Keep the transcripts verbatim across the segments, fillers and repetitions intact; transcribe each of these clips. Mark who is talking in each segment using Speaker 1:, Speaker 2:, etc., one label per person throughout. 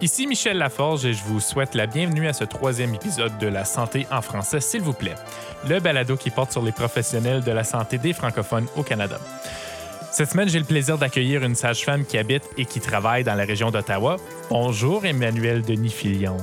Speaker 1: Ici Michel Laforge et je vous souhaite la bienvenue à ce troisième épisode de La santé en français, s'il vous plaît. Le balado qui porte sur les professionnels de la santé des francophones au Canada. Cette semaine, j'ai le plaisir d'accueillir une sage-femme qui habite et qui travaille dans la région d'Ottawa. Bonjour, Emmanuelle Denis-Filion.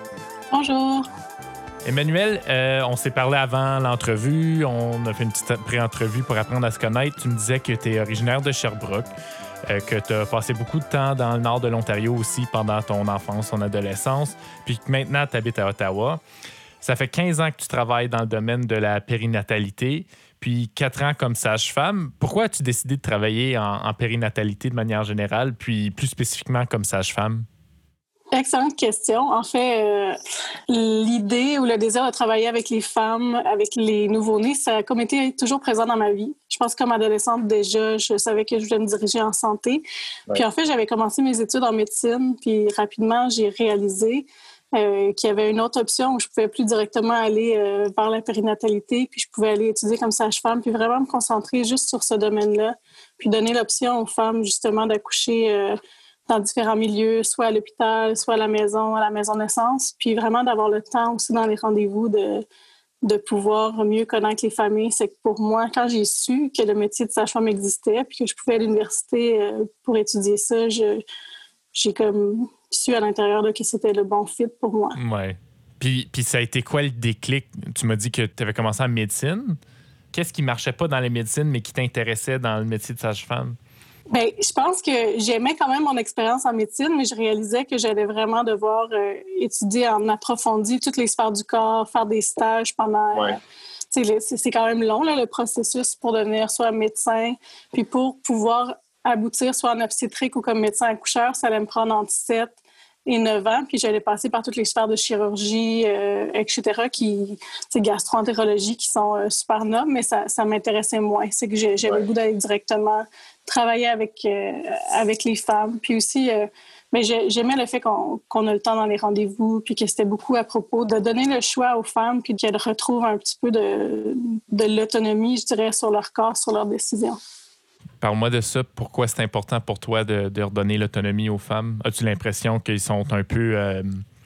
Speaker 2: Bonjour.
Speaker 1: Emmanuelle, euh, on s'est parlé avant l'entrevue. On a fait une petite pré-entrevue pour apprendre à se connaître. Tu me disais que tu es originaire de Sherbrooke, euh, que tu as passé beaucoup de temps dans le nord de l'Ontario aussi pendant ton enfance, ton adolescence, puis que maintenant tu habites à Ottawa. Ça fait quinze ans que tu travailles dans le domaine de la périnatalité, puis quatre ans comme sage-femme. Pourquoi as-tu décidé de travailler en, en périnatalité de manière générale, puis plus spécifiquement comme sage-femme?
Speaker 2: Excellente question. En fait, euh, l'idée ou le désir de travailler avec les femmes, avec les nouveau-nés, ça a comme été toujours présent dans ma vie. Je pense que comme adolescente, déjà, je savais que je voulais me diriger en santé. Ouais. Puis en fait, j'avais commencé mes études en médecine, puis rapidement, j'ai réalisé euh, qu'il y avait une autre option où je pouvais plus directement aller euh, vers la périnatalité, puis je pouvais aller étudier comme sage-femme, puis vraiment me concentrer juste sur ce domaine-là, puis donner l'option aux femmes, justement, d'accoucher euh, dans différents milieux, soit à l'hôpital, soit à la maison, à la maison de naissance, puis vraiment d'avoir le temps aussi dans les rendez-vous de, de pouvoir mieux connaître les familles. C'est que pour moi, quand j'ai su que le métier de sage-femme existait, puis que je pouvais aller à l'université pour étudier ça, je, j'ai comme su à l'intérieur là, que c'était le bon fit pour moi.
Speaker 1: Oui. Puis, puis ça a été quoi le déclic? Tu m'as dit que tu avais commencé en médecine. Qu'est-ce qui marchait pas dans les médecines, mais qui t'intéressait dans le métier de sage-femme?
Speaker 2: Bien, je pense que j'aimais quand même mon expérience en médecine, mais je réalisais que j'allais vraiment devoir euh, étudier en approfondi toutes les sphères du corps, faire des stages pendant... Ouais. Euh, c'est, c'est quand même long, là, le processus pour devenir soit médecin, puis pour pouvoir aboutir soit en obstétrique ou comme médecin accoucheur, ça allait me prendre entre sept et neuf ans, puis j'allais passer par toutes les sphères de chirurgie, euh, et cetera, qui, c'est gastro-entérologie, qui sont euh, super nobles, mais ça, ça m'intéressait moins. C'est que j'ai, j'avais ouais. le goût d'aller directement travailler avec, euh, avec les femmes. Puis aussi, euh, mais j'aimais le fait qu'on, qu'on a le temps dans les rendez-vous, puis que c'était beaucoup à propos de donner le choix aux femmes, puis qu'elles retrouvent un petit peu de, de l'autonomie, je dirais, sur leur corps, sur leurs décisions.
Speaker 1: Parle-moi de ça. Pourquoi c'est important pour toi de, de redonner l'autonomie aux femmes? As-tu l'impression qu'ils sont un peu... Euh,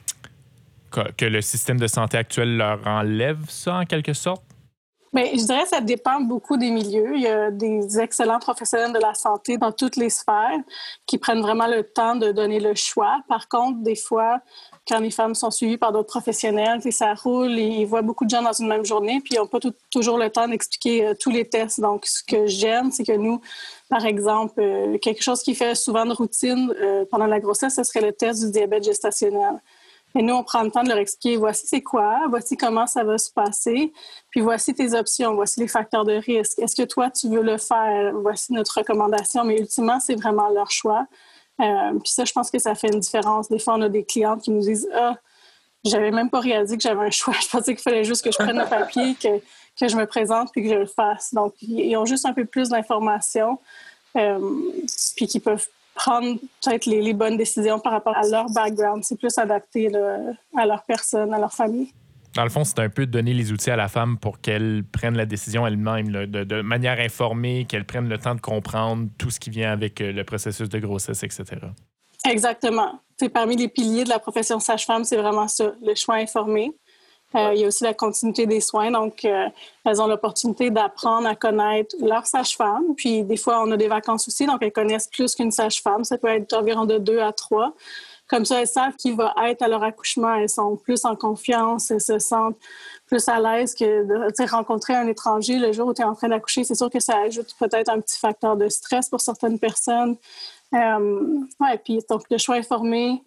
Speaker 1: que, que le système de santé actuel leur enlève ça, en quelque sorte?
Speaker 2: Bien, je dirais que ça dépend beaucoup des milieux. Il y a des excellents professionnels de la santé dans toutes les sphères qui prennent vraiment le temps de donner le choix. Par contre, des fois, quand les femmes sont suivies par d'autres professionnels, ça roule, ils voient beaucoup de gens dans une même journée, puis ils n'ont pas tout, toujours le temps d'expliquer euh, tous les tests. Donc, ce que j'aime, c'est que nous, par exemple, euh, quelque chose qui fait souvent de routine euh, pendant la grossesse, ce serait le test du diabète gestationnel. Et nous, on prend le temps de leur expliquer, voici c'est quoi, voici comment ça va se passer, puis voici tes options, voici les facteurs de risque. Est-ce que toi, tu veux le faire? Voici notre recommandation, mais ultimement, c'est vraiment leur choix. Euh, puis ça, je pense que ça fait une différence. Des fois, on a des clientes qui nous disent « Ah, j'avais même pas réalisé que j'avais un choix. Je pensais qu'il fallait juste que je prenne le papier, que, que je me présente puis que je le fasse. » Donc, ils ont juste un peu plus d'informations euh, puis qu'ils peuvent prendre peut-être les, les bonnes décisions par rapport à leur background. C'est plus adapté là, à leur personne, à leur famille.
Speaker 1: Dans le fond, c'est un peu de donner les outils à la femme pour qu'elle prenne la décision elle-même, là, de, de manière informée, qu'elle prenne le temps de comprendre tout ce qui vient avec le processus de grossesse, et cetera.
Speaker 2: Exactement. C'est parmi les piliers de la profession sage-femme, c'est vraiment ça, le choix informé. Euh, il y a aussi la continuité des soins. Donc, euh, elles ont l'opportunité d'apprendre à connaître leur sage-femme. Puis, des fois, on a des vacances aussi, donc elles connaissent plus qu'une sage-femme. Ça peut être environ de deux à trois. Comme ça, elles savent qui va être à leur accouchement. Elles sont plus en confiance. Elles se sentent plus à l'aise que de rencontrer un étranger le jour où tu es en train d'accoucher. C'est sûr que ça ajoute peut-être un petit facteur de stress pour certaines personnes. Euh, ouais, puis, donc, le choix informé,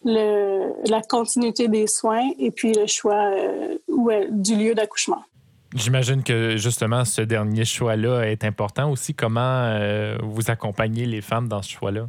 Speaker 2: Le, la continuité des soins et puis le choix euh, où est, du lieu d'accouchement.
Speaker 1: J'imagine que justement ce dernier choix-là est important aussi. Comment euh, vous accompagnez les femmes dans ce choix-là?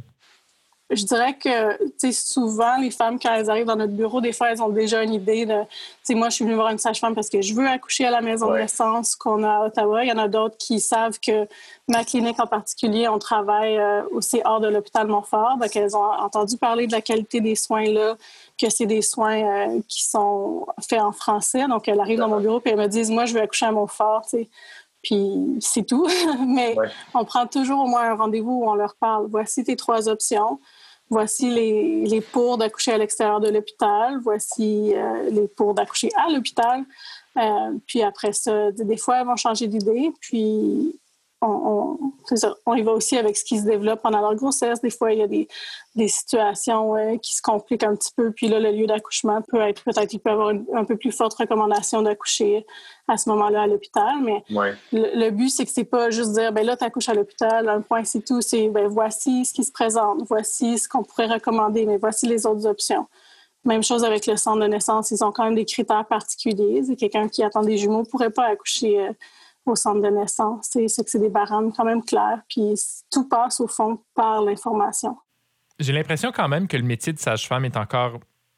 Speaker 2: Je dirais que, tu sais, souvent, les femmes, quand elles arrivent dans notre bureau, des fois, elles ont déjà une idée de, tu sais, moi, je suis venue voir une sage-femme parce que je veux accoucher à la maison ouais. de naissance qu'on a à Ottawa. Il y en a d'autres qui savent que ma clinique en particulier, on travaille euh, aussi hors de l'hôpital Montfort. Donc, elles ont entendu parler de la qualité des soins là, que c'est des soins euh, qui sont faits en français. Donc, elles arrivent dans mon bureau et elles me disent, moi, je veux accoucher à Montfort, tu sais. Puis c'est tout. Mais ouais. on prend toujours au moins un rendez-vous où on leur parle. Voici tes trois options. voici les, les pour d'accoucher à l'extérieur de l'hôpital, voici euh, les pour d'accoucher à l'hôpital. Euh, puis après ça, des fois, elles vont changer d'idée. Puis on, on, c'est ça, on y va aussi avec ce qui se développe pendant leur grossesse. Des fois, il y a des, des situations euh, qui se compliquent un petit peu. Puis là, le lieu d'accouchement peut être, peut-être, il peut avoir une un peu plus forte recommandation d'accoucher à ce moment-là à l'hôpital. Mais
Speaker 3: ouais.
Speaker 2: le, le but, c'est que c'est pas juste dire, ben là, tu accouches à l'hôpital, un point, c'est tout. C'est, ben voici ce qui se présente, voici ce qu'on pourrait recommander, mais voici les autres options. Même chose avec le centre de naissance. Ils ont quand même des critères particuliers. C'est quelqu'un qui attend des jumeaux ne pourrait pas accoucher euh, au centre de naissance. C'est, c'est que c'est des barèmes quand même clairs. Puis tout passe, au fond, par l'information.
Speaker 1: J'ai l'impression quand même que le métier de sage-femme est encore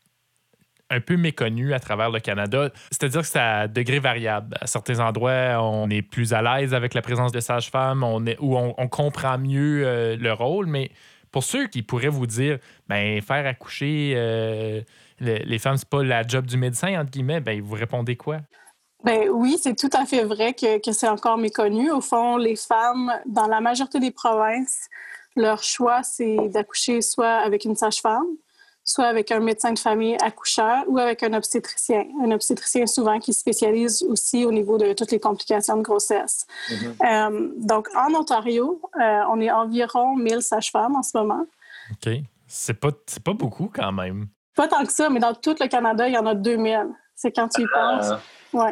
Speaker 1: un peu méconnu à travers le Canada. C'est-à-dire que c'est à degré variable. À certains endroits, on est plus à l'aise avec la présence de sage-femme, on est, ou on, on comprend mieux euh, le rôle, mais pour ceux qui pourraient vous dire, ben faire accoucher euh, les, les femmes, c'est pas la job du médecin, entre guillemets, ben vous répondez quoi?
Speaker 2: Ben oui, c'est tout à fait vrai que, que c'est encore méconnu. Au fond, les femmes, dans la majorité des provinces, leur choix, c'est d'accoucher soit avec une sage-femme, soit avec un médecin de famille accoucheur ou avec un obstétricien. Un obstétricien souvent qui spécialise aussi au niveau de toutes les complications de grossesse. Mm-hmm. Euh, donc, en Ontario, euh, on est environ mille sages-femmes en ce moment.
Speaker 1: OK. C'est pas, c'est pas beaucoup quand même.
Speaker 2: Pas tant que ça, mais dans tout le Canada, il y en a deux mille. C'est quand tu y penses.
Speaker 3: Ah.
Speaker 2: Ouais.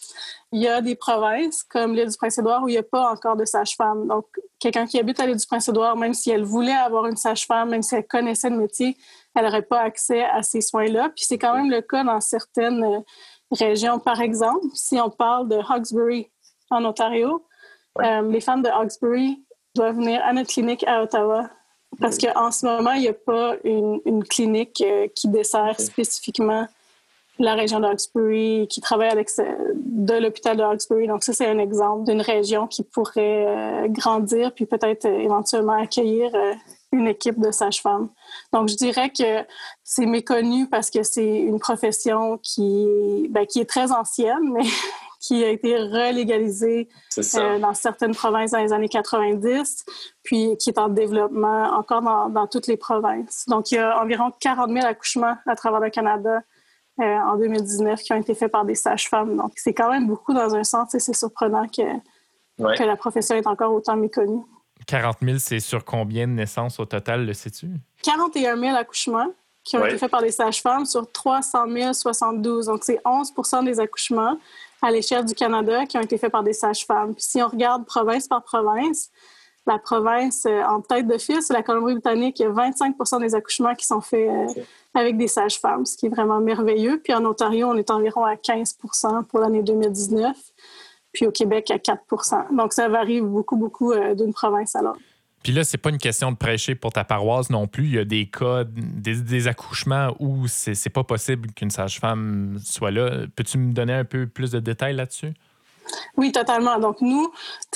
Speaker 2: Il y a des provinces, comme l'île du Prince-Édouard, où il n'y a pas encore de sage-femme. Donc, quelqu'un qui habite à l'île du Prince-Édouard, même si elle voulait avoir une sage-femme, même si elle connaissait le métier, elle n'aurait pas accès à ces soins-là. Puis c'est quand même le cas dans certaines régions. Par exemple, si on parle de Hawkesbury, en Ontario, ouais. euh, les femmes de Hawkesbury doivent venir à notre clinique à Ottawa. Parce oui. qu'en ce moment, il n'y a pas une, une clinique euh, qui dessert oui. spécifiquement la région de Hawkesbury, qui travaille à l'extérieur de l'hôpital de Hawkesbury. Donc ça, c'est un exemple d'une région qui pourrait euh, grandir puis peut-être euh, éventuellement accueillir euh, une équipe de sages-femmes. Donc je dirais que c'est méconnu parce que c'est une profession qui, ben, qui est très ancienne, mais qui a été relégalisée euh, dans certaines provinces dans les années quatre-vingt-dix, puis qui est en développement encore dans, dans toutes les provinces. Donc il y a environ quarante mille accouchements à travers le Canada Euh, en deux mille dix-neuf qui ont été faits par des sages-femmes. Donc, c'est quand même beaucoup dans un sens et c'est surprenant que, ouais. que la profession est encore autant méconnue.
Speaker 1: quarante mille, c'est sur combien de naissances au total, le sais-tu?
Speaker 2: quarante et un mille accouchements qui ont ouais. été faits par des sages-femmes sur trois cent mille soixante-douze. Donc, c'est onze pour cent des accouchements à l'échelle du Canada qui ont été faits par des sages-femmes. Puis si on regarde province par province, la province euh, en tête de file, c'est la Colombie-Britannique. Il y a vingt-cinq pour cent des accouchements qui sont faits euh, okay. avec des sages-femmes, ce qui est vraiment merveilleux. Puis en Ontario, on est environ à quinze pour cent pour l'année deux mille dix-neuf, puis au Québec, à quatre pour cent. Donc, ça varie beaucoup, beaucoup euh, d'une province à l'autre.
Speaker 1: Puis là, c'est pas une question de prêcher pour ta paroisse non plus. Il y a des cas, des, des accouchements où c'est, c'est pas possible qu'une sage-femme soit là. Peux-tu me donner un peu plus de détails là-dessus?
Speaker 2: Oui, totalement. Donc, nous,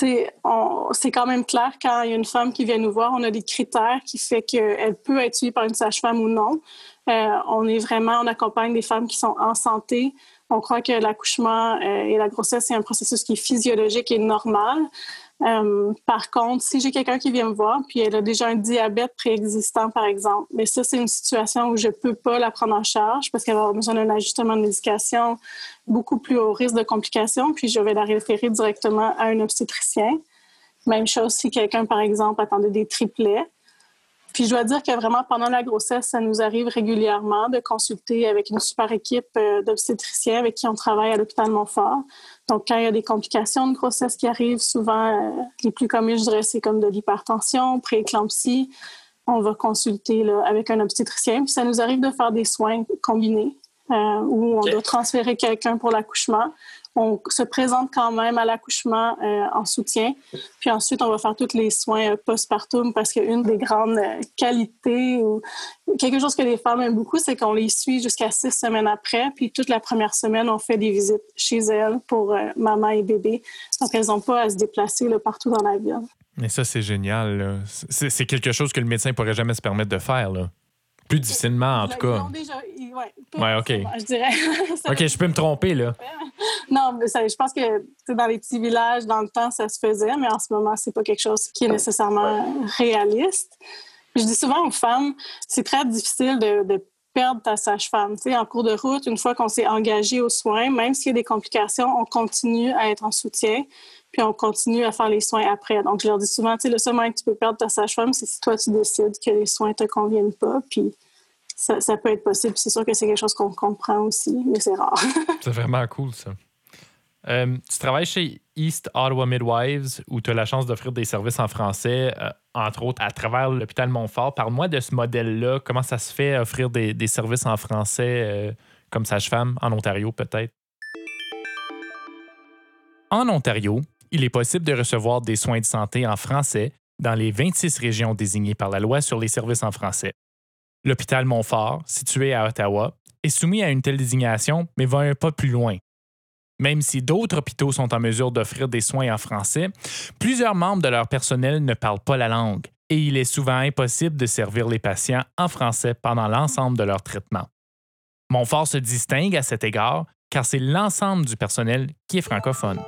Speaker 2: on, c'est quand même clair quand il y a une femme qui vient nous voir, on a des critères qui fait qu'elle peut être suivie par une sage-femme ou non. Euh, on est vraiment, on accompagne des femmes qui sont en santé. On croit que l'accouchement euh, et la grossesse, c'est un processus qui est physiologique et normal. Euh, par contre, si j'ai quelqu'un qui vient me voir puis elle a déjà un diabète préexistant, par exemple, mais ça, c'est une situation où je ne peux pas la prendre en charge parce qu'elle va avoir besoin d'un ajustement de médication beaucoup plus haut risque de complications, puis je vais la référer directement à un obstétricien. Même chose si quelqu'un, par exemple, attendait des triplets. Puis je dois dire que vraiment, pendant la grossesse, ça nous arrive régulièrement de consulter avec une super équipe d'obstétriciens avec qui on travaille à l'hôpital Montfort. Donc, quand il y a des complications de grossesse qui arrivent, souvent, euh, les plus communes, je dirais, c'est comme de l'hypertension, pré-éclampsie. On va consulter là, avec un obstétricien. Puis ça nous arrive de faire des soins combinés euh, où on okay. doit transférer quelqu'un pour l'accouchement. On se présente quand même à l'accouchement euh, en soutien. Puis ensuite, on va faire tous les soins euh, postpartum parce qu'une des grandes euh, qualités ou quelque chose que les femmes aiment beaucoup, c'est qu'on les suit jusqu'à six semaines après. Puis toute la première semaine, on fait des visites chez elles pour euh, maman et bébé. Donc, elles n'ont pas à se déplacer là, partout dans la ville.
Speaker 1: Mais ça, c'est génial. Là. C'est, c'est quelque chose que le médecin ne pourrait jamais se permettre de faire, là. Plus difficilement, en tout cas.
Speaker 2: Déjà, ouais,
Speaker 1: ouais, OK.
Speaker 2: Je dirais.
Speaker 1: OK, je peux me tromper, là.
Speaker 2: Non, mais ça, je pense que dans les petits villages, dans le temps, ça se faisait, mais en ce moment, c'est pas quelque chose qui est nécessairement réaliste. Puis Je dis souvent aux femmes, c'est très difficile de, de perdre ta sage-femme. Tu sais, en cours de route, une fois qu'on s'est engagé aux soins, même s'il y a des complications, on continue à être en soutien, puis on continue à faire les soins après. Donc, je leur dis souvent, tu sais, le seul moyen que tu peux perdre ta sage-femme, c'est si toi, tu décides que les soins ne te conviennent pas, puis ça, ça peut être possible. C'est sûr que c'est quelque chose qu'on comprend aussi, mais c'est rare.
Speaker 1: C'est vraiment cool, ça. Euh, tu travailles chez East Ottawa Midwives où tu as la chance d'offrir des services en français, euh, entre autres à travers l'hôpital Montfort. Parle-moi de ce modèle-là. Comment ça se fait offrir des, des services en français euh, comme sage-femme en Ontario, peut-être? En Ontario, il est possible de recevoir des soins de santé en français dans les vingt-six régions désignées par la loi sur les services en français. L'hôpital Montfort, situé à Ottawa, est soumis à une telle désignation, mais va un pas plus loin. Même si d'autres hôpitaux sont en mesure d'offrir des soins en français, plusieurs membres de leur personnel ne parlent pas la langue et il est souvent impossible de servir les patients en français pendant l'ensemble de leur traitement. Montfort se distingue à cet égard car c'est l'ensemble du personnel qui est francophone.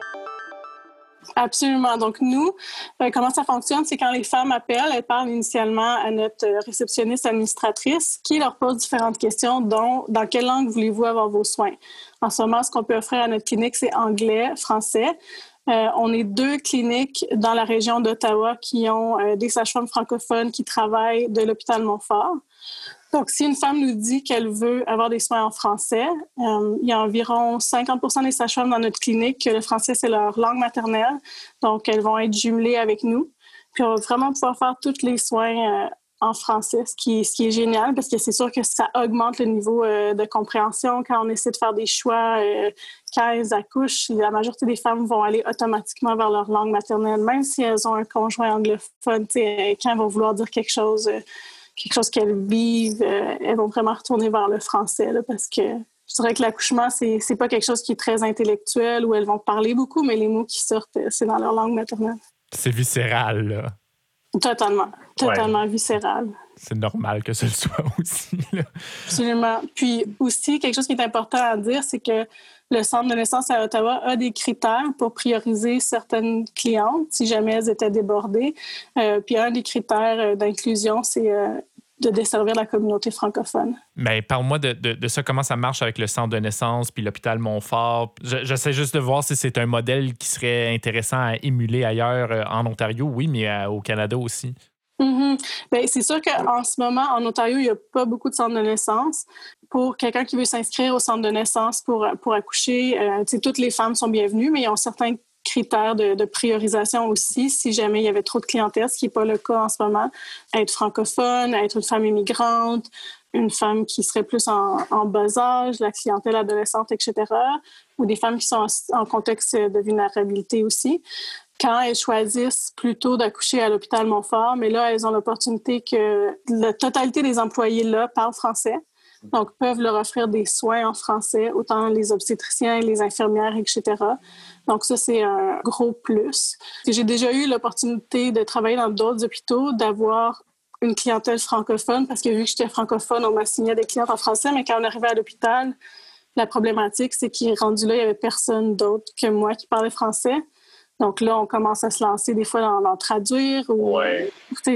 Speaker 2: Absolument. Donc, nous, euh, comment ça fonctionne, c'est quand les femmes appellent, elles parlent initialement à notre réceptionniste administratrice qui leur pose différentes questions, dont dans quelle langue voulez-vous avoir vos soins? En ce moment, ce qu'on peut offrir à notre clinique, c'est anglais, français. Euh, on est deux cliniques dans la région d'Ottawa qui ont euh, des sages-femmes francophones qui travaillent de l'hôpital Montfort. Donc, si une femme nous dit qu'elle veut avoir des soins en français, euh, il y a environ cinquante pour cent des sages-femmes dans notre clinique que le français, c'est leur langue maternelle. Donc, elles vont être jumelées avec nous. Puis, on va vraiment pouvoir faire tous les soins euh, en français, ce qui, ce qui est génial parce que c'est sûr que ça augmente le niveau euh, de compréhension quand on essaie de faire des choix. Euh, quand elles accouchent, la majorité des femmes vont aller automatiquement vers leur langue maternelle, même si elles ont un conjoint anglophone. Quand elles vont vouloir dire quelque chose... Euh, quelque chose qu'elles vivent, euh, elles vont vraiment retourner vers le français là, parce que je dirais que l'accouchement, c'est, c'est pas quelque chose qui est très intellectuel où elles vont parler beaucoup, mais les mots qui sortent, c'est dans leur langue maternelle.
Speaker 1: C'est viscéral, là.
Speaker 2: Totalement. Totalement ouais. Viscéral.
Speaker 1: C'est normal que ce le soit aussi, là.
Speaker 2: Absolument. Puis aussi, quelque chose qui est important à dire, c'est que le Centre de naissance à Ottawa a des critères pour prioriser certaines clientes si jamais elles étaient débordées. Euh, puis un des critères d'inclusion, c'est euh, de desservir la communauté francophone.
Speaker 1: Bien, parle-moi de, de, de ça, comment ça marche avec le Centre de naissance puis l'hôpital Montfort. Je, j'essaie juste de voir si c'est un modèle qui serait intéressant à émuler ailleurs euh, en Ontario, oui, mais euh, au Canada aussi.
Speaker 2: Mm-hmm. Bien, c'est sûr qu'en ce moment, en Ontario, il n'y a pas beaucoup de centres de naissance. Pour quelqu'un qui veut s'inscrire au centre de naissance pour, pour accoucher, euh, toutes les femmes sont bienvenues, mais ils ont certains critères de, de priorisation aussi si jamais il y avait trop de clientèle, ce qui n'est pas le cas en ce moment. Être francophone, être une femme immigrante, une femme qui serait plus en, en bas âge, la clientèle adolescente, et cetera, ou des femmes qui sont en, en contexte de vulnérabilité aussi. Quand elles choisissent plutôt d'accoucher à l'hôpital Montfort, mais là, elles ont l'opportunité que la totalité des employés là parlent français, donc peuvent leur offrir des soins en français, autant les obstétriciens, les infirmières, et cetera. Donc ça, c'est un gros plus. J'ai déjà eu l'opportunité de travailler dans d'autres hôpitaux, d'avoir une clientèle francophone, parce que vu que j'étais francophone, on m'assignait des clientes en français, mais quand on arrivait à l'hôpital, la problématique, c'est qu'il est rendu là, il n'y avait personne d'autre que moi qui parlait français. Donc là, on commence à se lancer des fois dans, dans traduire. Ou,
Speaker 3: ouais.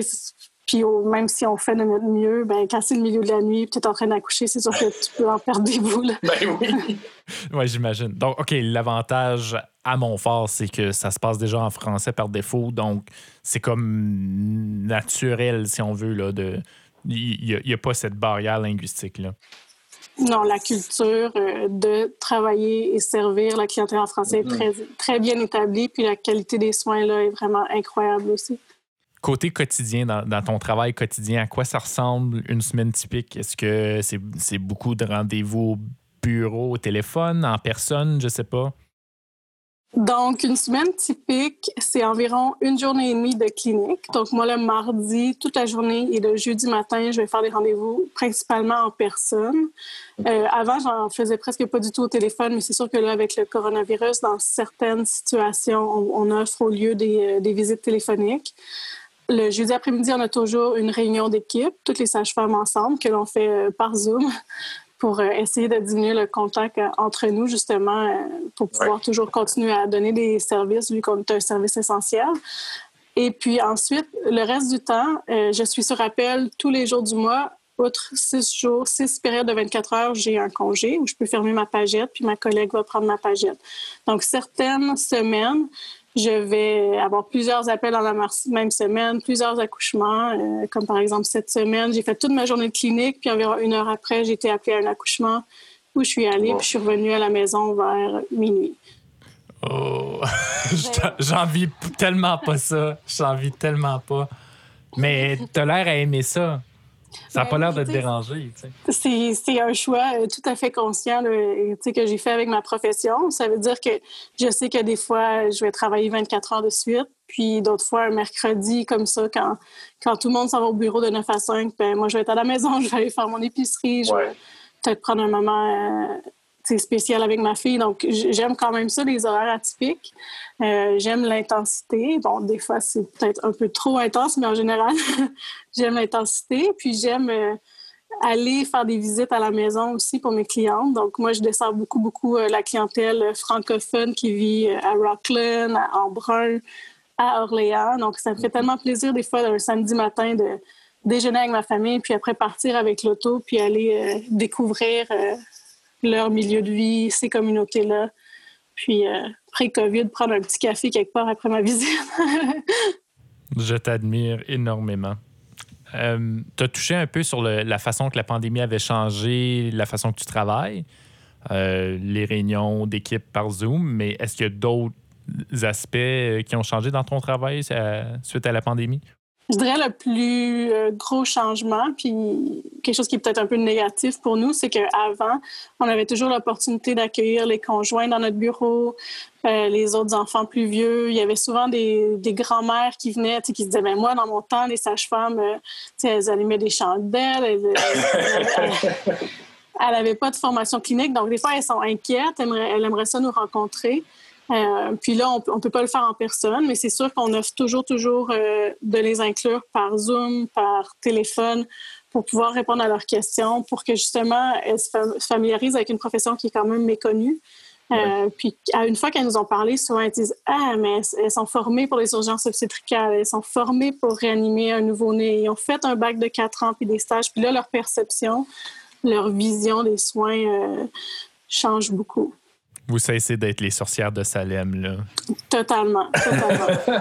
Speaker 2: Puis au, même si on fait de notre mieux, ben, quand c'est le milieu de la nuit, tu es en train d'accoucher, c'est sûr que tu peux en perdre des bouts. Là.
Speaker 3: Ben oui.
Speaker 1: Oui, j'imagine. Donc, OK, l'avantage à Montfort, c'est que ça se passe déjà en français par défaut. Donc, c'est comme naturel, si on veut, là, de... Il n'y a, a pas cette barrière linguistique-là.
Speaker 2: Non, la culture euh, de travailler et servir la clientèle en français mm-hmm. est très, très bien établie, puis la qualité des soins là, est vraiment incroyable aussi.
Speaker 1: Côté quotidien, dans, dans ton travail quotidien, à quoi ça ressemble une semaine typique? Est-ce que c'est, c'est beaucoup de rendez-vous au bureau, au téléphone, en personne, je sais pas?
Speaker 2: Donc, une semaine typique, c'est environ une journée et demie de clinique. Donc, moi, le mardi, toute la journée et le jeudi matin, je vais faire des rendez-vous principalement en personne. Euh, avant, j'en faisais presque pas du tout au téléphone, mais c'est sûr que là, avec le coronavirus, dans certaines situations, on, on offre au lieu des, des visites téléphoniques. Le jeudi après-midi, on a toujours une réunion d'équipe, toutes les sages-femmes ensemble, que l'on fait par Zoom, pour essayer de diminuer le contact entre nous, justement, pour pouvoir ouais. toujours continuer à donner des services, vu qu'on est un service essentiel. Et puis ensuite, le reste du temps, euh, je suis sur appel tous les jours du mois. Outre six jours, six périodes de vingt-quatre heures, j'ai un congé où je peux fermer ma pagette, puis ma collègue va prendre ma pagette. Donc, certaines semaines, je vais avoir plusieurs appels dans la même semaine, plusieurs accouchements. Euh, comme par exemple, cette semaine, j'ai fait toute ma journée de clinique, puis environ une heure après, j'ai été appelée à un accouchement où je suis allée,
Speaker 3: Wow.
Speaker 2: puis je suis revenue à la maison vers minuit.
Speaker 1: Oh, j'envie tellement pas ça. J'envie tellement pas. Mais t'as l'air à aimer ça. Ça n'a pas l'air de te déranger. Tu sais.
Speaker 2: C'est, c'est un choix tout à fait conscient là, tu sais, que j'ai fait avec ma profession. Ça veut dire que je sais que des fois, je vais travailler vingt-quatre heures de suite. Puis d'autres fois, un mercredi, comme ça, quand, quand tout le monde s'en va au bureau de neuf à cinq, ben, moi, je vais être à la maison, je vais aller faire mon épicerie, je
Speaker 3: Ouais.
Speaker 2: vais peut-être prendre un moment euh, tu sais, spécial avec ma fille. Donc, j'aime quand même ça, les horaires atypiques. Euh, j'aime l'intensité. Bon, des fois, c'est peut-être un peu trop intense, mais en général, j'aime l'intensité. Puis, j'aime euh, aller faire des visites à la maison aussi pour mes clientes. Donc, moi, je descends beaucoup, beaucoup euh, la clientèle francophone qui vit euh, à Rockland, à Embrun, à Orléans. Donc, ça me fait tellement plaisir, des fois, un samedi matin, de déjeuner avec ma famille, puis après partir avec l'auto, puis aller euh, découvrir euh, leur milieu de vie, ces communautés-là. Puis, euh, pré-COVID, prendre un petit café quelque part après ma visite.
Speaker 1: Je t'admire énormément. Euh, tu as touché un peu sur le, la façon que la pandémie avait changé, la façon que tu travailles, euh, les réunions d'équipe par Zoom, mais est-ce qu'il y a d'autres aspects qui ont changé dans ton travail euh, suite à la pandémie?
Speaker 2: Je dirais le plus euh, gros changement, puis quelque chose qui est peut-être un peu négatif pour nous, c'est qu'avant, on avait toujours l'opportunité d'accueillir les conjoints dans notre bureau, euh, les autres enfants plus vieux. Il y avait souvent des, des grands-mères qui venaient, qui se disaient, ben moi, dans mon temps, les sages-femmes, euh, elles allumaient des chandelles, elles, elles n'avaient pas de formation clinique, donc des fois, elles sont inquiètes, elles aimeraient, elles aimeraient ça nous rencontrer. Euh, puis là, on ne peut pas le faire en personne, mais c'est sûr qu'on offre toujours, toujours euh, de les inclure par Zoom, par téléphone, pour pouvoir répondre à leurs questions, pour que justement, elles se familiarisent avec une profession qui est quand même méconnue. Euh, ouais. Puis, une fois qu'elles nous ont parlé, souvent, elles disent « Ah, mais elles sont formées pour les urgences obstétricales, elles sont formées pour réanimer un nouveau-né. Ils ont fait un bac de quatre ans, puis des stages. » Puis là, leur perception, leur vision des soins euh, change beaucoup.
Speaker 1: Vous cessez d'être les sorcières de Salem, là.
Speaker 2: Totalement, totalement.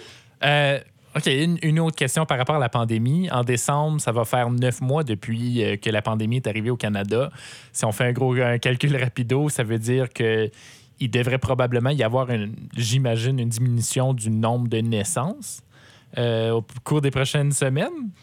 Speaker 1: euh, OK, une, une autre question par rapport à la pandémie. En décembre, ça va faire neuf mois depuis euh, que la pandémie est arrivée au Canada. Si on fait un gros un calcul rapido, ça veut dire qu'il devrait probablement y avoir, une, j'imagine, une diminution du nombre de naissances euh, au cours des prochaines semaines.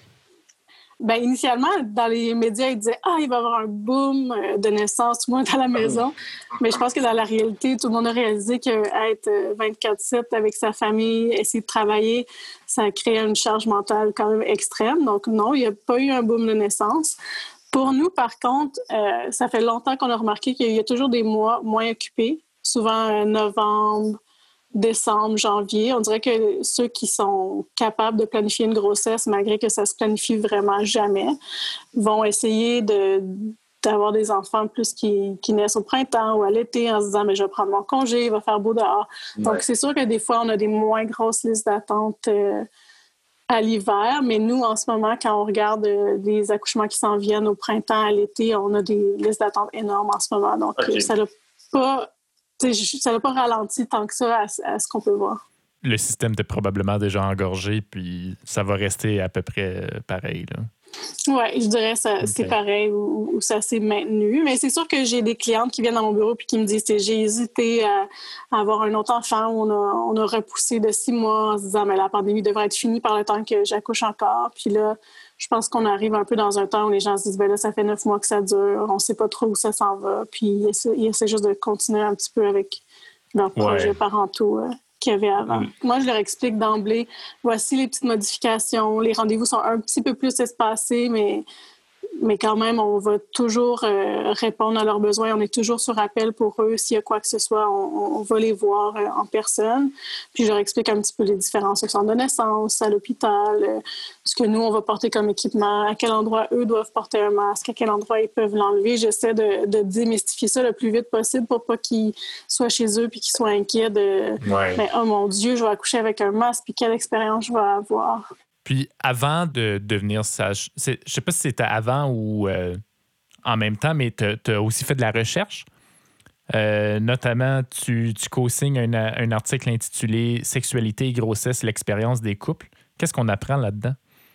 Speaker 2: Bien, initialement, dans les médias, ils disaient « Ah, il va y avoir un boom de naissance, tout le monde est à la maison. » Mais je pense que dans la réalité, tout le monde a réalisé qu'être vingt-quatre sept avec sa famille, essayer de travailler, ça crée une charge mentale quand même extrême. Donc non, il n'y a pas eu un boom de naissance. Pour nous, par contre, euh, ça fait longtemps qu'on a remarqué qu'il y a toujours des mois moins occupés, souvent euh, novembre, décembre, janvier. On dirait que ceux qui sont capables de planifier une grossesse, malgré que ça se planifie vraiment jamais, vont essayer de, d'avoir des enfants plus qui, qui naissent au printemps ou à l'été en se disant « mais je vais prendre mon congé, il va faire beau dehors ouais. ». Donc, c'est sûr que des fois, on a des moins grosses listes d'attente euh, à l'hiver, mais nous, en ce moment, quand on regarde euh, les accouchements qui s'en viennent au printemps, à l'été, on a des listes d'attente énormes en ce moment. Donc, okay. ça n'a pas... ça n'a pas ralenti tant que ça à, à ce qu'on peut voir.
Speaker 1: Le système était probablement déjà engorgé, puis ça va rester à peu près pareil, là.
Speaker 2: Oui, je dirais que ça, okay. c'est pareil ou, ou ça s'est maintenu. Mais c'est sûr que j'ai des clientes qui viennent dans mon bureau et qui me disent « j'ai hésité à, à avoir un autre enfant » ou on a, on a repoussé de six mois en se disant « mais la pandémie devrait être finie par le temps que j'accouche encore ». Puis là, je pense qu'on arrive un peu dans un temps où les gens se disent ben là, ça fait neuf mois que ça dure, on ne sait pas trop où ça s'en va. Puis ils essaient, ils essaient juste de continuer un petit peu avec leurs ouais. projets parentaux euh, qu'il y avait avant. Mm. Moi, je leur explique d'emblée, voici les petites modifications, les rendez-vous sont un petit peu plus espacés, mais mais quand même, on va toujours euh, répondre à leurs besoins. On est toujours sur appel pour eux. S'il y a quoi que ce soit, on, on va les voir euh, en personne. Puis je leur explique un petit peu les différences au centre de naissance, à l'hôpital, euh, ce que nous, on va porter comme équipement, à quel endroit eux doivent porter un masque, à quel endroit ils peuvent l'enlever. J'essaie de, de démystifier ça le plus vite possible pour pas qu'ils soient chez eux puis qu'ils soient inquiets de
Speaker 1: ouais.
Speaker 2: « oh mon Dieu, je vais accoucher avec un masque, puis quelle expérience je vais avoir ».
Speaker 1: Puis avant de devenir sage, c'est, je sais pas si c'était avant ou euh, en même temps, mais tu as aussi fait de la recherche. Euh, notamment, tu, tu co-signes un, un article intitulé « Sexualité et grossesse, l'expérience des couples ». Qu'est-ce qu'on apprend là-dedans?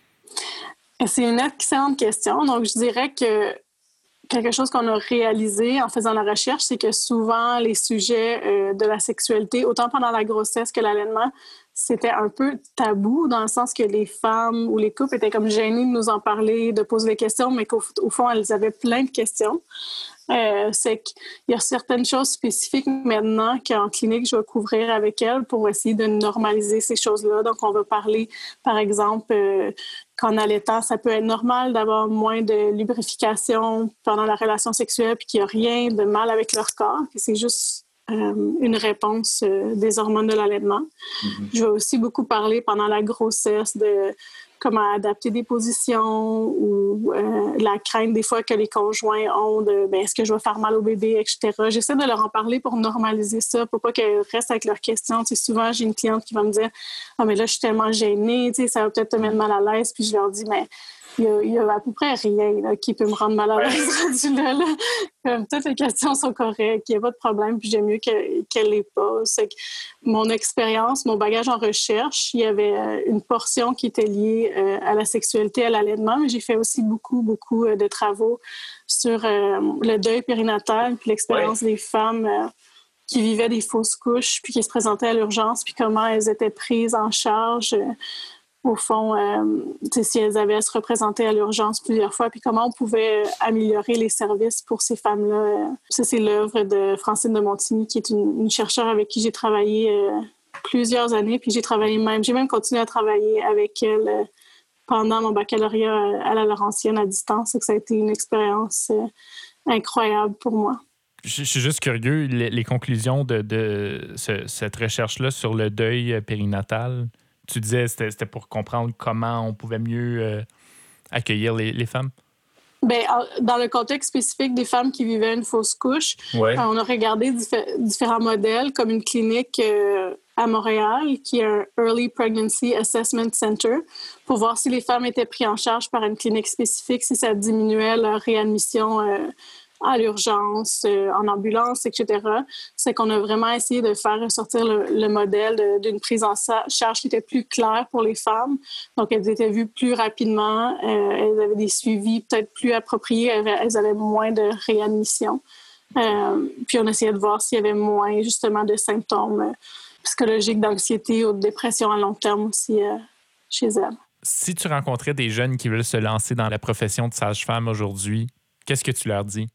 Speaker 2: C'est une excellente question. Donc, je dirais que quelque chose qu'on a réalisé en faisant la recherche, c'est que souvent, les sujets euh, de la sexualité, autant pendant la grossesse que l'allaitement, c'était un peu tabou, dans le sens que les femmes ou les couples étaient comme gênés de nous en parler, de poser des questions, mais qu'au au fond, elles avaient plein de questions. Euh, c'est qu'il y a certaines choses spécifiques maintenant qu'en clinique, je vais couvrir avec elles pour essayer de normaliser ces choses-là. Donc, on va parler, par exemple, euh, qu'en allaitant, ça peut être normal d'avoir moins de lubrification pendant la relation sexuelle puis qu'il n'y a rien de mal avec leur corps, que c'est juste euh, une réponse euh, des hormones de l'allaitement. Mm-hmm. Je vais aussi beaucoup parler pendant la grossesse de comment adapter des positions ou euh, la crainte des fois que les conjoints ont de ben, est-ce que je vais faire mal au bébé, et cetera. J'essaie de leur en parler pour normaliser ça, pour pas qu'elles restent avec leurs questions. Tu sais, souvent, j'ai une cliente qui va me dire « Ah, mais là, je suis tellement gênée, tu sais, ça va peut-être te mettre mal à l'aise. » Puis je leur dis « Mais il y a, il y a à peu près rien là, qui peut me rendre mal à l'aise rendu là. là. Comme, toutes les questions sont correctes, il n'y a pas de problème, puis j'aime mieux que, qu'elle les pose. C'est que mon expérience, mon bagage en recherche, il y avait une portion qui était liée euh, à la sexualité, à l'allaitement, mais j'ai fait aussi beaucoup, beaucoup euh, de travaux sur euh, le deuil périnatal, puis l'expérience ouais. des femmes euh, qui vivaient des fausses couches, puis qui se présentaient à l'urgence, puis comment elles étaient prises en charge. Euh, Au fond, euh, si elles avaient à se représenter à l'urgence plusieurs fois, puis comment on pouvait améliorer les services pour ces femmes-là. Ça, c'est l'œuvre de Francine de Montigny, qui est une, une chercheure avec qui j'ai travaillé euh, plusieurs années, puis j'ai travaillé même, j'ai même continué à travailler avec elle euh, pendant mon baccalauréat à la Laurentienne à distance. Donc, ça a été une expérience euh, incroyable pour moi.
Speaker 1: Je suis juste curieux, les, les conclusions de, de ce, cette recherche-là sur le deuil périnatal. Tu disais que c'était, c'était pour comprendre comment on pouvait mieux euh, accueillir les, les femmes?
Speaker 2: Bien, dans le contexte spécifique des femmes qui vivaient une fausse couche,
Speaker 1: ouais.
Speaker 2: on a regardé diffé- différents modèles, comme une clinique euh, à Montréal, qui est un Early Pregnancy Assessment Center, pour voir si les femmes étaient prises en charge par une clinique spécifique, si ça diminuait leur réadmission euh, à l'urgence, euh, en ambulance, et cetera. C'est qu'on a vraiment essayé de faire ressortir le, le modèle de, d'une prise en charge qui était plus claire pour les femmes. Donc, elles étaient vues plus rapidement, euh, elles avaient des suivis peut-être plus appropriés, elles avaient, elles avaient moins de réadmission. Euh, puis, on essayait de voir s'il y avait moins, justement, de symptômes euh, psychologiques d'anxiété ou de dépression à long terme aussi euh, chez elles.
Speaker 1: Si tu rencontrais des jeunes qui veulent se lancer dans la profession de sage-femme aujourd'hui, qu'est-ce que tu leur dis?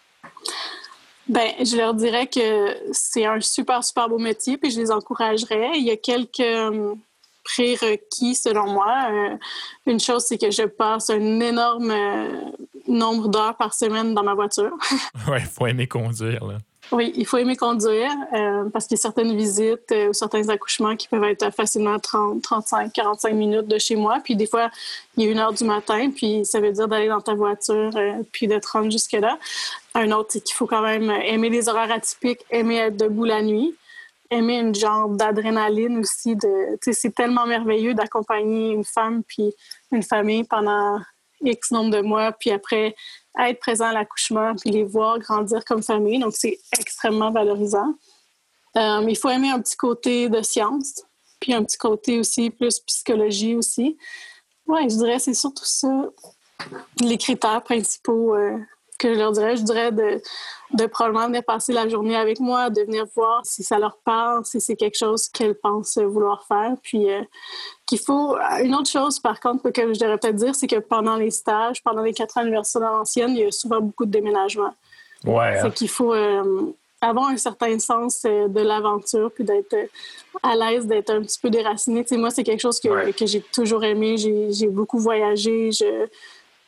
Speaker 2: Ben, je leur dirais que c'est un super, super beau métier, puis je les encouragerais. Il y a quelques euh, prérequis, selon moi. Euh, une chose, c'est que je passe un énorme euh, nombre d'heures par semaine dans ma voiture.
Speaker 1: Oui, il faut aimer conduire, là.
Speaker 2: Oui, il faut aimer conduire euh, parce qu'il y a certaines visites euh, ou certains accouchements qui peuvent être facilement trente, trente-cinq, quarante-cinq minutes de chez moi. Puis des fois, il est une heure du matin, puis ça veut dire d'aller dans ta voiture euh, puis de te rendre jusque-là. Un autre, c'est qu'il faut quand même aimer les horaires atypiques, aimer être debout la nuit, aimer une genre d'adrénaline aussi. De, tu sais, c'est tellement merveilleux d'accompagner une femme puis une famille pendant X nombre de mois, puis après être présent à l'accouchement, puis les voir grandir comme famille. Donc, c'est extrêmement valorisant. Euh, il faut aimer un petit côté de science, puis un petit côté aussi plus psychologie aussi. Oui, je dirais c'est surtout ça, les critères principaux euh, que je leur dirais. Je dirais de, de probablement venir passer la journée avec moi, de venir voir si ça leur parle, si c'est quelque chose qu'elles pensent vouloir faire. Puis euh, qu'il faut... Une autre chose, par contre, que je devrais peut-être dire, c'est que pendant les stages, pendant les quatre ans à l'Université de Laurentienne, il y a souvent beaucoup de déménagements.
Speaker 1: Ouais.
Speaker 2: C'est hein? qu'il faut euh, avoir un certain sens euh, de l'aventure puis d'être euh, à l'aise, d'être un petit peu déraciné. Tu sais, moi, c'est quelque chose que, ouais. que j'ai toujours aimé. J'ai, j'ai beaucoup voyagé. Je...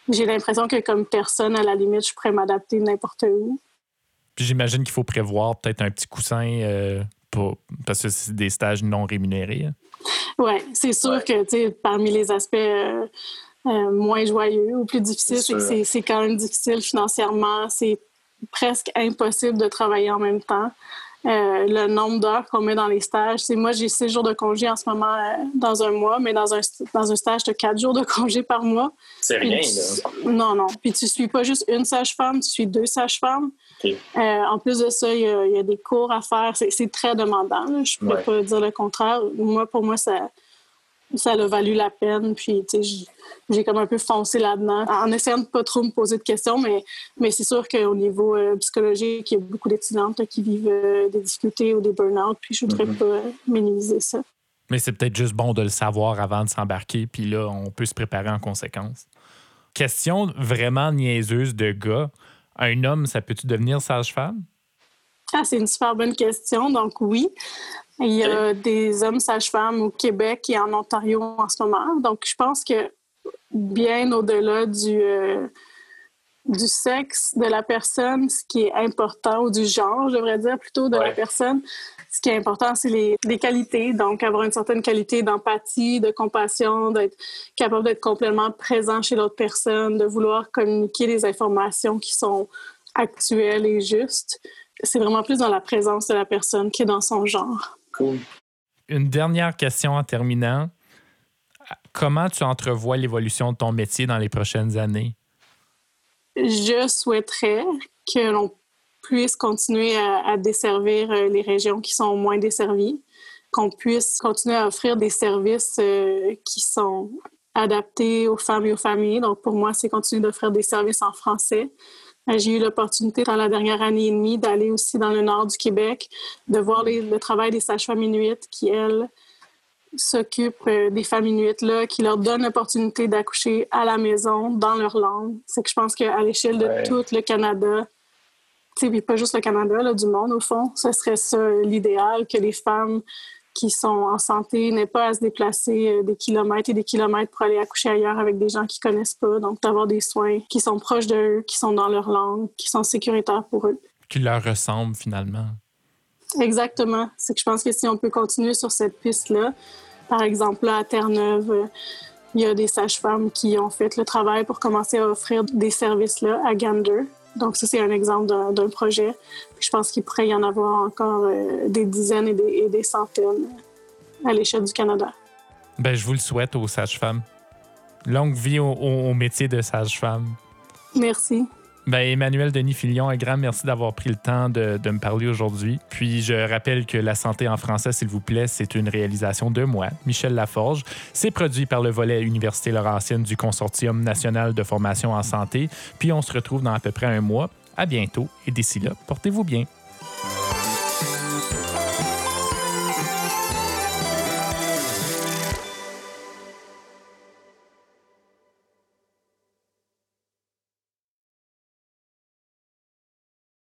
Speaker 2: j'ai l'impression que comme personne, à la limite, je pourrais m'adapter n'importe où.
Speaker 1: Puis j'imagine qu'il faut prévoir peut-être un petit coussin euh, pour, parce que c'est des stages non rémunérés. Hein.
Speaker 2: Oui, c'est sûr ouais. que tu sais, parmi les aspects euh, euh, moins joyeux ou plus difficiles, c'est, c'est que c'est, c'est quand même difficile financièrement. C'est presque impossible de travailler en même temps. Euh, le nombre d'heures qu'on met dans les stages. C'est, moi, j'ai six jours de congé en ce moment euh, dans un mois, mais dans un, dans un stage, tu as quatre jours de congé par mois.
Speaker 3: C'est rien,
Speaker 2: tu,
Speaker 3: là.
Speaker 2: Non, non. Puis tu suis pas juste une sage-femme, tu suis deux sages-femmes.
Speaker 3: Okay.
Speaker 2: Euh, en plus de ça, il y, a, il y a des cours à faire. C'est, c'est très demandant. Là. Je ne peux ouais. pas dire le contraire. Moi, pour moi, ça, ça a valu la peine. Puis, tu sais, j'ai, j'ai comme un peu foncé là-dedans en essayant de pas trop me poser de questions. Mais, mais c'est sûr qu'au niveau euh, psychologique, il y a beaucoup d'étudiantes là, qui vivent euh, des difficultés ou des burn-out. Puis, je ne voudrais mm-hmm. pas euh, minimiser ça.
Speaker 1: Mais c'est peut-être juste bon de le savoir avant de s'embarquer. Puis là, on peut se préparer en conséquence. Question vraiment niaiseuse de gars. Un homme, ça peut-tu devenir sage-femme?
Speaker 2: Ah, c'est une super bonne question. Donc, oui. Il y a oui. des hommes sages-femmes au Québec et en Ontario en ce moment. Donc, je pense que bien au-delà du, euh, du sexe de la personne, ce qui est important, ou du genre, je devrais dire, plutôt, de ouais. la personne, ce qui est important, c'est les, les qualités. Donc, avoir une certaine qualité d'empathie, de compassion, d'être capable d'être complètement présent chez l'autre personne, de vouloir communiquer des informations qui sont actuelles et justes. C'est vraiment plus dans la présence de la personne que dans son genre.
Speaker 3: Cool.
Speaker 1: Une dernière question en terminant. Comment tu entrevois l'évolution de ton métier dans les prochaines années?
Speaker 2: Je souhaiterais que l'on puisse continuer à, à desservir les régions qui sont moins desservies, qu'on puisse continuer à offrir des services euh, qui sont adaptés aux femmes et aux familles. Donc, pour moi, c'est continuer d'offrir des services en français. J'ai eu l'opportunité dans la dernière année et demie d'aller aussi dans le nord du Québec, de voir les, le travail des sages-femmes inuites qui, elles, s'occupent des femmes inuites là, qui leur donnent l'opportunité d'accoucher à la maison, dans leur langue. C'est que je pense qu'à l'échelle de ouais. tout le Canada, puis pas juste le Canada, là, du monde, au fond, ce serait ça l'idéal, que les femmes qui sont en santé n'aient pas à se déplacer des kilomètres et des kilomètres pour aller accoucher ailleurs avec des gens qu'ils connaissent pas. Donc, d'avoir des soins qui sont proches d'eux, qui sont dans leur langue, qui sont sécuritaires pour eux.
Speaker 1: Qui leur ressemblent, finalement.
Speaker 2: Exactement. C'est que je pense que si on peut continuer sur cette piste-là, par exemple, là, à Terre-Neuve, il y a des sages-femmes qui ont fait le travail pour commencer à offrir des services-là à Gander. Donc, ça, c'est un exemple d'un, d'un projet. Puis je pense qu'il pourrait y en avoir encore euh, des dizaines et des, et des centaines à l'échelle du Canada.
Speaker 1: Bien, je vous le souhaite aux sages-femmes. Longue vie au, au, au métier de sage-femme.
Speaker 2: Merci.
Speaker 1: Bien, Emmanuelle Denis-Filion, un grand merci d'avoir pris le temps de, de me parler aujourd'hui. Puis, je rappelle que La santé en français, s'il vous plaît, c'est une réalisation de moi, Michel Laforge. C'est produit par le volet Université Laurentienne du Consortium national de formation en santé. Puis, on se retrouve dans à peu près un mois. À bientôt et d'ici là, portez-vous bien.